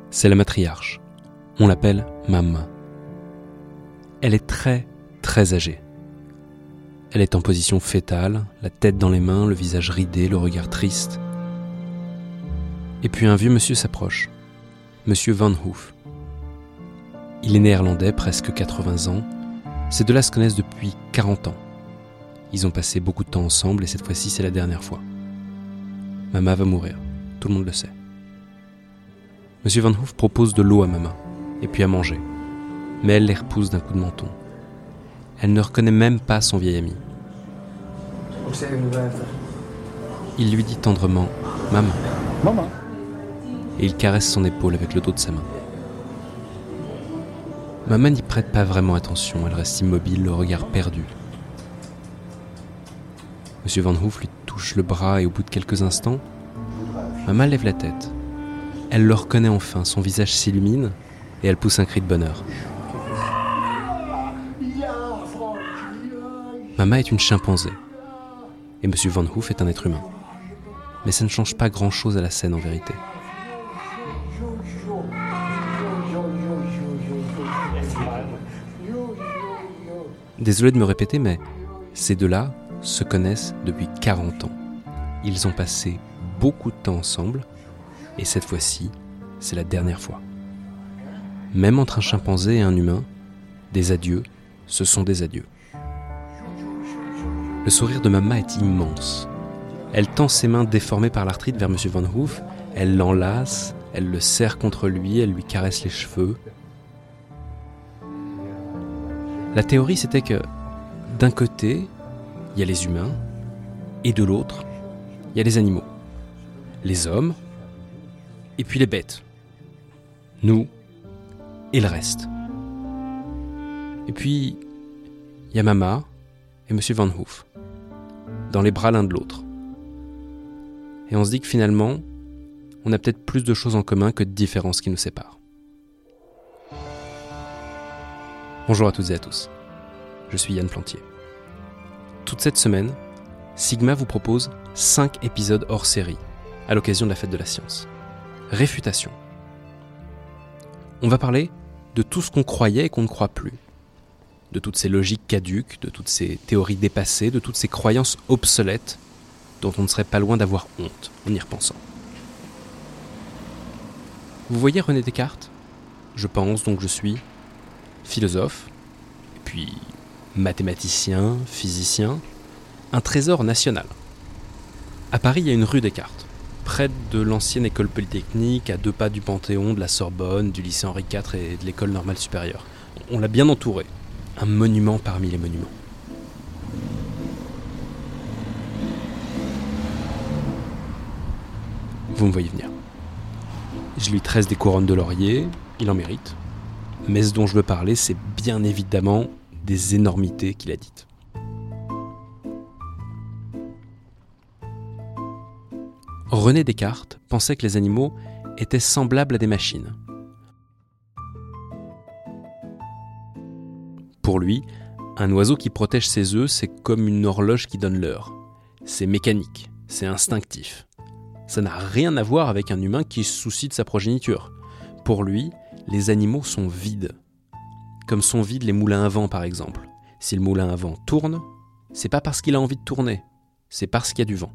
C'est la matriarche. On l'appelle Mama. Elle est très, très âgée. Elle est en position fœtale, la tête dans les mains, le visage ridé, le regard triste. Et puis un vieux monsieur s'approche, Monsieur Van Hoof. Il est néerlandais, presque 80 ans. Ces deux-là se connaissent depuis 40 ans. Ils ont passé beaucoup de temps ensemble et cette fois-ci, c'est la dernière fois. Mama va mourir, tout le monde le sait. Monsieur Van Hoof propose de l'eau à Mama, et puis à manger. Mais elle les repousse d'un coup de menton. Elle ne reconnaît même pas son vieil ami. Il lui dit tendrement « Maman ». Maman. Et il caresse son épaule avec le dos de sa main. Mama n'y prête pas vraiment attention, elle reste immobile, le regard perdu. Monsieur Van Hoof lui touche le bras et au bout de quelques instants, Mama lève la tête. Elle le reconnaît enfin, son visage s'illumine et elle pousse un cri de bonheur. Mama est une chimpanzé et Monsieur Van Hoof est un être humain. Mais ça ne change pas grand-chose à la scène en vérité. Désolé de me répéter, mais ces deux-là se connaissent depuis 40 ans. Ils ont passé beaucoup de temps ensemble, et cette fois-ci, c'est la dernière fois. Même entre un chimpanzé et un humain, des adieux, ce sont des adieux. Le sourire de Mama est immense. Elle tend ses mains déformées par l'arthrite vers Monsieur Van Hoof, elle l'enlace, elle le serre contre lui, elle lui caresse les cheveux. La théorie, c'était que d'un côté, il y a les humains, et de l'autre, il y a les animaux. Les hommes, et puis les bêtes. Nous, et le reste. Et puis, il y a Mama et Monsieur Van Hoof, dans les bras l'un de l'autre. Et on se dit que finalement, on a peut-être plus de choses en commun que de différences qui nous séparent. Bonjour à toutes et à tous, je suis Yann Plantier. Toute cette semaine, Sigma vous propose 5 épisodes hors série, à l'occasion de la fête de la science. Réfutation. On va parler de tout ce qu'on croyait et qu'on ne croit plus. De toutes ces logiques caduques, de toutes ces théories dépassées, de toutes ces croyances obsolètes dont on ne serait pas loin d'avoir honte en y repensant. Vous voyez René Descartes ? Je pense, donc je suis philosophe, et puis mathématicien, physicien, un trésor national. À Paris, il y a une rue Descartes, près de l'ancienne école polytechnique, à 2 pas du Panthéon, de la Sorbonne, du lycée Henri IV et de l'école normale supérieure. On l'a bien entouré, un monument parmi les monuments. Vous me voyez venir. Je lui tresse des couronnes de laurier, il en mérite. Mais ce dont je veux parler, c'est bien évidemment des énormités qu'il a dites. René Descartes pensait que les animaux étaient semblables à des machines. Pour lui, un oiseau qui protège ses œufs, c'est comme une horloge qui donne l'heure. C'est mécanique, c'est instinctif. Ça n'a rien à voir avec un humain qui se soucie de sa progéniture. Pour lui, les animaux sont vides. Comme sont vides les moulins à vent, par exemple. Si le moulin à vent tourne, c'est pas parce qu'il a envie de tourner, c'est parce qu'il y a du vent.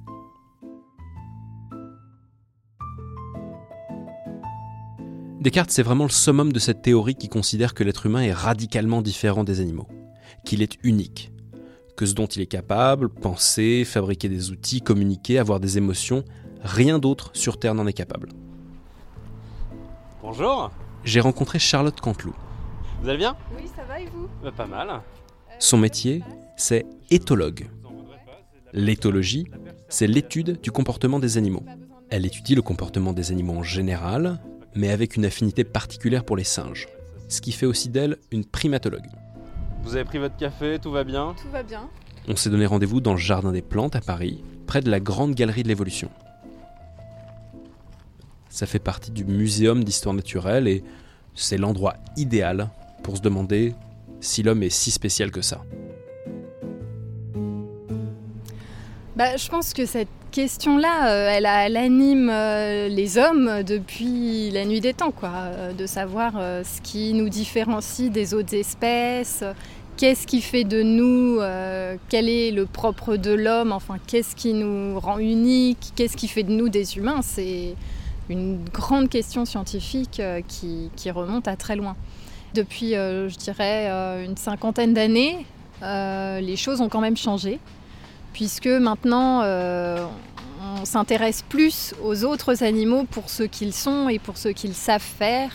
Descartes, c'est vraiment le summum de cette théorie qui considère que l'être humain est radicalement différent des animaux, qu'il est unique, que ce dont il est capable, penser, fabriquer des outils, communiquer, avoir des émotions, rien d'autre sur Terre n'en est capable. Bonjour. J'ai rencontré Charlotte Canteloup. Vous allez bien ? Oui, ça va et vous ? Pas mal. Son métier, c'est éthologue. L'éthologie, c'est l'étude du comportement des animaux. Elle étudie le comportement des animaux en général, mais avec une affinité particulière pour les singes, ce qui fait aussi d'elle une primatologue. Vous avez pris votre café, tout va bien ? Tout va bien. On s'est donné rendez-vous dans le Jardin des Plantes à Paris, près de la Grande Galerie de l'Évolution. Ça fait partie du Muséum d'Histoire Naturelle et c'est l'endroit idéal pour se demander si l'homme est si spécial que ça. Je pense que cette question-là, elle anime les hommes depuis la nuit des temps, de savoir ce qui nous différencie des autres espèces, qu'est-ce qui fait de nous, quel est le propre de l'homme, enfin qu'est-ce qui nous rend uniques, qu'est-ce qui fait de nous des humains. C'est une grande question scientifique qui remonte à très loin. Depuis, je dirais, une cinquantaine d'années, les choses ont quand même changé, puisque maintenant, on s'intéresse plus aux autres animaux pour ce qu'ils sont et pour ce qu'ils savent faire,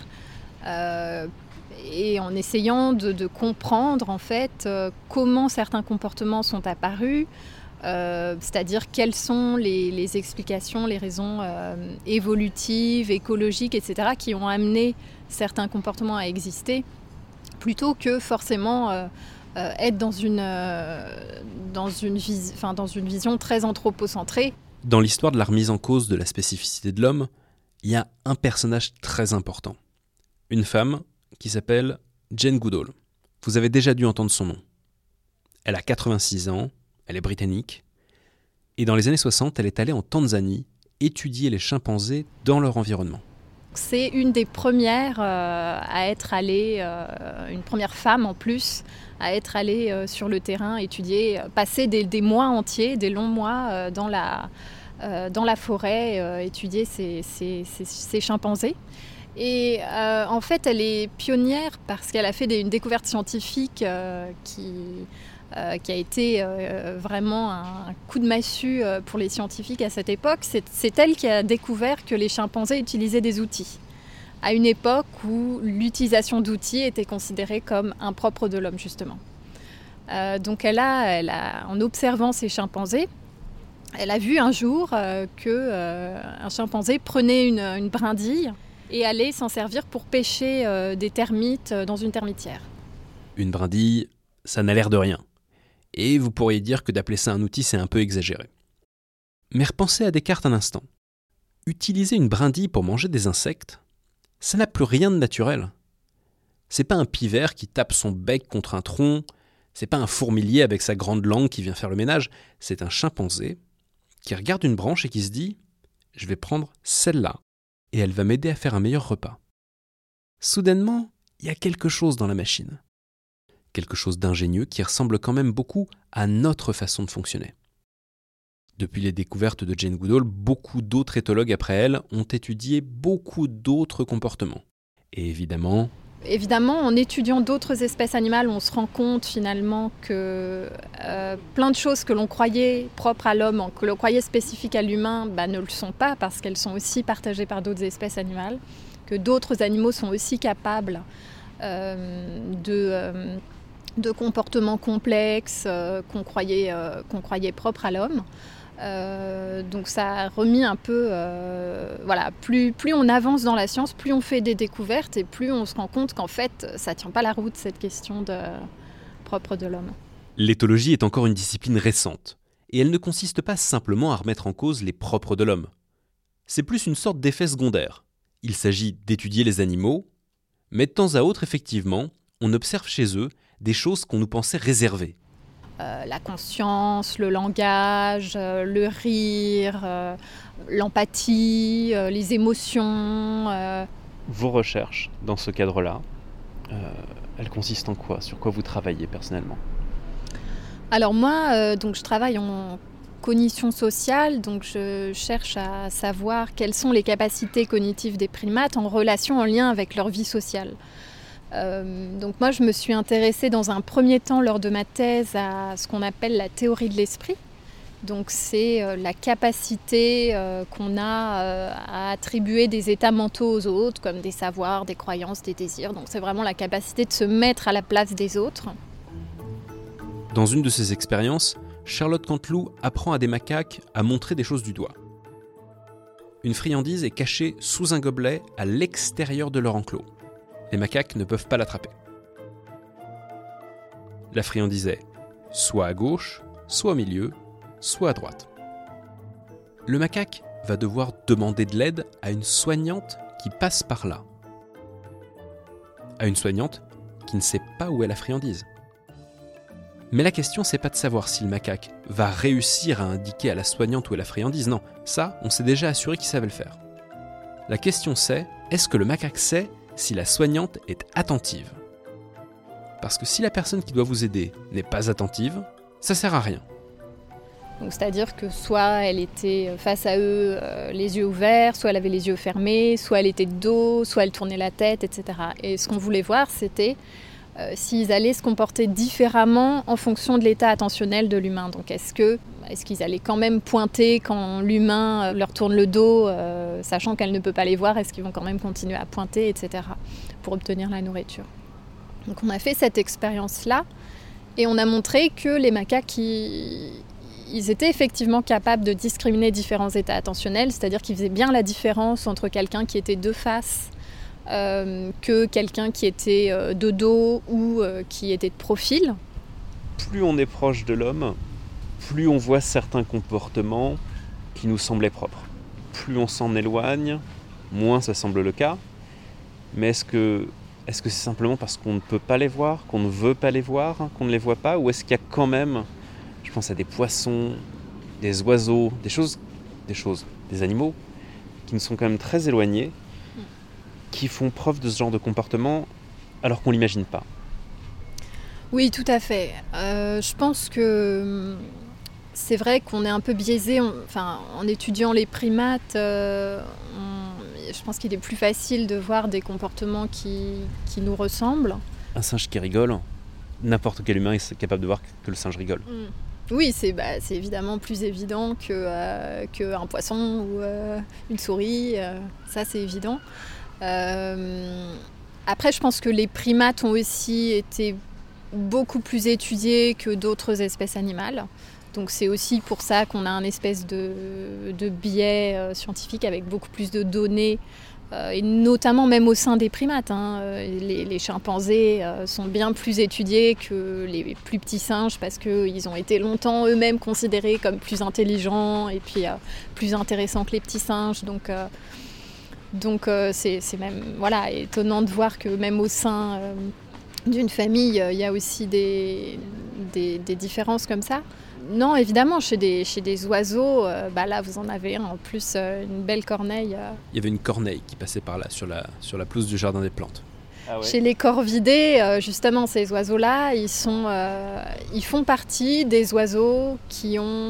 et en essayant de comprendre, en fait, comment certains comportements sont apparus, c'est-à-dire quelles sont les explications, les raisons évolutives, écologiques, etc., qui ont amené certains comportements à exister, plutôt que forcément être dans une vision très anthropocentrée. Dans l'histoire de la remise en cause de la spécificité de l'homme, il y a un personnage très important. Une femme qui s'appelle Jane Goodall. Vous avez déjà dû entendre son nom. Elle a 86 ans, elle est britannique, et dans les années 60, elle est allée en Tanzanie étudier les chimpanzés dans leur environnement. C'est une des premières à être allée, une première femme en plus, à être allée sur le terrain, étudier, passer des mois entiers, des longs mois dans la forêt, étudier ces chimpanzés. Et en fait, elle est pionnière parce qu'elle a fait une découverte scientifique qui a été vraiment un coup de massue pour les scientifiques à cette époque. C'est elle qui a découvert que les chimpanzés utilisaient des outils, à une époque où l'utilisation d'outils était considérée comme impropre de l'homme, justement. Donc elle a, en observant ces chimpanzés, elle a vu un jour qu'un chimpanzé prenait une brindille et allait s'en servir pour pêcher des termites dans une termitière. Une brindille, ça n'a l'air de rien. Et vous pourriez dire que d'appeler ça un outil, c'est un peu exagéré. Mais repensez à Descartes un instant. Utiliser une brindille pour manger des insectes, ça n'a plus rien de naturel. C'est pas un pivert qui tape son bec contre un tronc, c'est pas un fourmilier avec sa grande langue qui vient faire le ménage, c'est un chimpanzé qui regarde une branche et qui se dit « je vais prendre celle-là et elle va m'aider à faire un meilleur repas ». Soudainement, il y a quelque chose dans la machine. Quelque chose d'ingénieux qui ressemble quand même beaucoup à notre façon de fonctionner. Depuis les découvertes de Jane Goodall, beaucoup d'autres éthologues après elle ont étudié beaucoup d'autres comportements. Et évidemment, en étudiant d'autres espèces animales, on se rend compte finalement que plein de choses que l'on croyait propres à l'homme, que l'on croyait spécifiques à l'humain, ne le sont pas parce qu'elles sont aussi partagées par d'autres espèces animales, que d'autres animaux sont aussi capables de comportements complexes qu'on croyait propres à l'homme. Donc ça a remis un peu... plus on avance dans la science, plus on fait des découvertes et plus on se rend compte qu'en fait, ça ne tient pas la route, cette question propre de l'homme. L'éthologie est encore une discipline récente, et elle ne consiste pas simplement à remettre en cause les propres de l'homme. C'est plus une sorte d'effet secondaire. Il s'agit d'étudier les animaux, mais de temps à autre, effectivement, on observe chez eux des choses qu'on nous pensait réservées. La conscience, le langage, le rire, l'empathie, les émotions. Vos recherches dans ce cadre-là, elles consistent en quoi ? Sur quoi vous travaillez personnellement ? Alors moi, je travaille en cognition sociale, donc je cherche à savoir quelles sont les capacités cognitives des primates en relation, en lien avec leur vie sociale. Donc moi je me suis intéressée dans un premier temps lors de ma thèse à ce qu'on appelle la théorie de l'esprit. Donc c'est la capacité qu'on a à attribuer des états mentaux aux autres, comme des savoirs, des croyances, des désirs. Donc c'est vraiment la capacité de se mettre à la place des autres. Dans une de ses expériences, Charlotte Canteloup apprend à des macaques à montrer des choses du doigt. Une friandise est cachée sous un gobelet à l'extérieur de leur enclos. Les macaques ne peuvent pas l'attraper. La friandise est soit à gauche, soit au milieu, soit à droite. Le macaque va devoir demander de l'aide à une soignante qui passe par là. À une soignante qui ne sait pas où est la friandise. Mais la question, c'est pas de savoir si le macaque va réussir à indiquer à la soignante ou à la friandise. Non, ça, on s'est déjà assuré qu'il savait le faire. La question c'est, est-ce que le macaque sait si la soignante est attentive ? Parce que si la personne qui doit vous aider n'est pas attentive, ça sert à rien. Donc, c'est-à-dire que soit elle était face à eux, les yeux ouverts, soit elle avait les yeux fermés, soit elle était de dos, soit elle tournait la tête, etc. Et ce qu'on voulait voir, c'était s'ils allaient se comporter différemment en fonction de l'état attentionnel de l'humain. Donc est-ce qu'ils allaient quand même pointer quand l'humain leur tourne le dos, sachant qu'elle ne peut pas les voir, est-ce qu'ils vont quand même continuer à pointer, etc. pour obtenir la nourriture. Donc on a fait cette expérience-là et on a montré que les macaques, ils étaient effectivement capables de discriminer différents états attentionnels, c'est-à-dire qu'ils faisaient bien la différence entre quelqu'un qui était de face que quelqu'un qui était de dos ou qui était de profil. Plus on est proche de l'homme, plus on voit certains comportements qui nous semblaient propres. Plus on s'en éloigne, moins ça semble le cas. Mais est-ce que c'est simplement parce qu'on ne peut pas les voir, qu'on ne veut pas les voir, qu'on ne les voit pas ? Ou est-ce qu'il y a quand même, je pense à des poissons, des oiseaux, des animaux qui nous sont quand même très éloignés, qui font preuve de ce genre de comportement alors qu'on ne l'imagine pas. Oui, tout à fait. Je pense que c'est vrai qu'on est un peu biaisé. En étudiant les primates, je pense qu'il est plus facile de voir des comportements qui nous ressemblent. Un singe qui rigole, n'importe quel humain est capable de voir que le singe rigole. Oui, c'est évidemment plus évident qu'un poisson ou une souris. Ça, c'est évident. Après, je pense que les primates ont aussi été beaucoup plus étudiés que d'autres espèces animales. Donc c'est aussi pour ça qu'on a un espèce de biais scientifique avec beaucoup plus de données, et notamment même au sein des primates. Les chimpanzés sont bien plus étudiés que les plus petits singes parce qu'ils ont été longtemps eux-mêmes considérés comme plus intelligents et puis plus intéressants que les petits singes. Donc c'est même étonnant de voir que même au sein d'une famille, il y a aussi des différences comme ça. Non, évidemment, chez des oiseaux, là vous en avez un, en plus une belle corneille. Il y avait une corneille qui passait par là, sur la pelouse du jardin des plantes. Ah ouais. Chez les corvidés, justement, ces oiseaux-là, ils font partie des oiseaux qui ont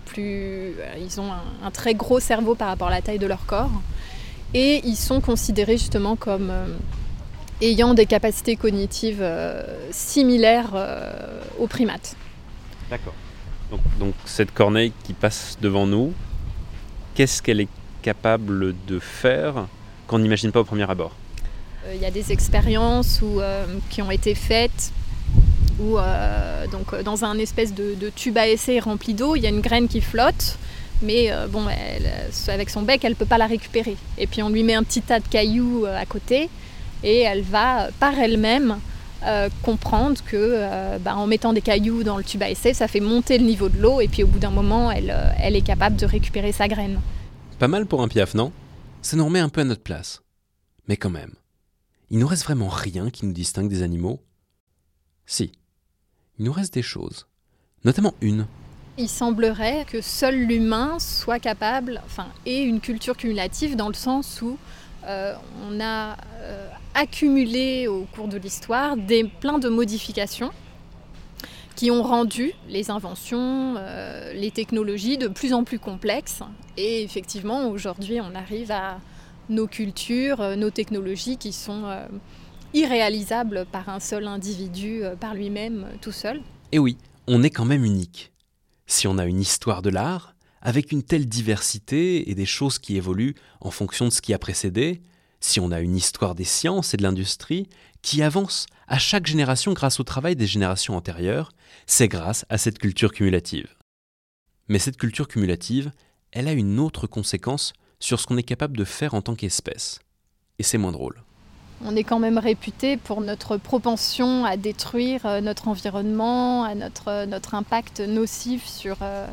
ils ont un très gros cerveau par rapport à la taille de leur corps. Et ils sont considérés justement comme ayant des capacités cognitives similaires aux primates. D'accord. Donc cette corneille qui passe devant nous, qu'est-ce qu'elle est capable de faire qu'on n'imagine pas au premier abord ? Il y a des expériences qui ont été faites où dans un espèce de tube à essai rempli d'eau, il y a une graine qui flotte. Mais avec son bec, elle ne peut pas la récupérer. Et puis on lui met un petit tas de cailloux à côté et elle va par elle-même comprendre que en mettant des cailloux dans le tube à essai, ça fait monter le niveau de l'eau et puis au bout d'un moment, elle est capable de récupérer sa graine. Pas mal pour un piaf, non ? Ça nous remet un peu à notre place. Mais quand même, il nous reste vraiment rien qui nous distingue des animaux ? Si, il nous reste des choses, notamment une. Il semblerait que seul l'humain soit capable, ait une culture cumulative dans le sens où on a accumulé au cours de l'histoire plein de modifications qui ont rendu les inventions, les technologies de plus en plus complexes. Et effectivement, aujourd'hui, on arrive à nos cultures, nos technologies qui sont irréalisables par un seul individu, par lui-même, tout seul. Et oui, on est quand même unique. Si on a une histoire de l'art, avec une telle diversité et des choses qui évoluent en fonction de ce qui a précédé, si on a une histoire des sciences et de l'industrie qui avance à chaque génération grâce au travail des générations antérieures, c'est grâce à cette culture cumulative. Mais cette culture cumulative, elle a une autre conséquence sur ce qu'on est capable de faire en tant qu'espèce. Et c'est moins drôle. On est quand même réputé pour notre propension à détruire notre environnement, à notre impact nocif sur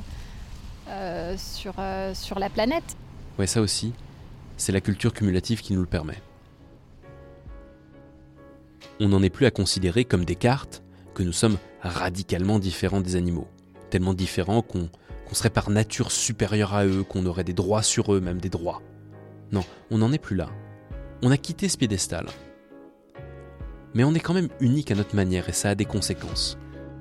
la planète. Ouais, ça aussi, c'est la culture cumulative qui nous le permet. On n'en est plus à considérer comme des cartes que nous sommes radicalement différents des animaux, tellement différents qu'on serait par nature supérieur à eux, qu'on aurait des droits sur eux, même des droits. Non, on n'en est plus là. On a quitté ce piédestal. Mais on est quand même unique à notre manière et ça a des conséquences.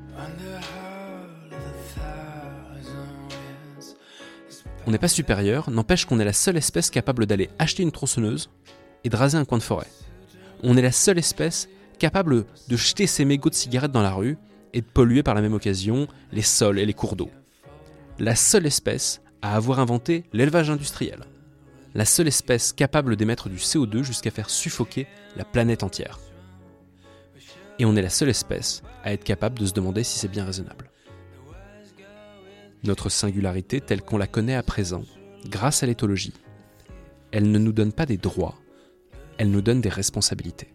On n'est pas supérieur, n'empêche qu'on est la seule espèce capable d'aller acheter une tronçonneuse et de raser un coin de forêt. On est la seule espèce capable de jeter ses mégots de cigarettes dans la rue et de polluer par la même occasion les sols et les cours d'eau. La seule espèce à avoir inventé l'élevage industriel. La seule espèce capable d'émettre du CO2 jusqu'à faire suffoquer la planète entière. Et on est la seule espèce à être capable de se demander si c'est bien raisonnable. Notre singularité telle qu'on la connaît à présent, grâce à l'éthologie, elle ne nous donne pas des droits, elle nous donne des responsabilités.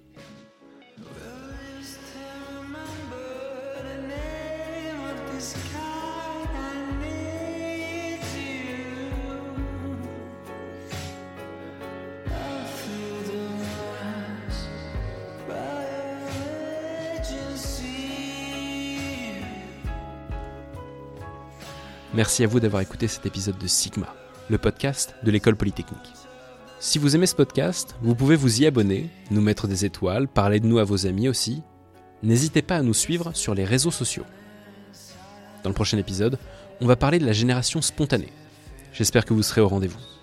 Merci à vous d'avoir écouté cet épisode de Sigma, le podcast de l'École Polytechnique. Si vous aimez ce podcast, vous pouvez vous y abonner, nous mettre des étoiles, parler de nous à vos amis aussi. N'hésitez pas à nous suivre sur les réseaux sociaux. Dans le prochain épisode, on va parler de la génération spontanée. J'espère que vous serez au rendez-vous.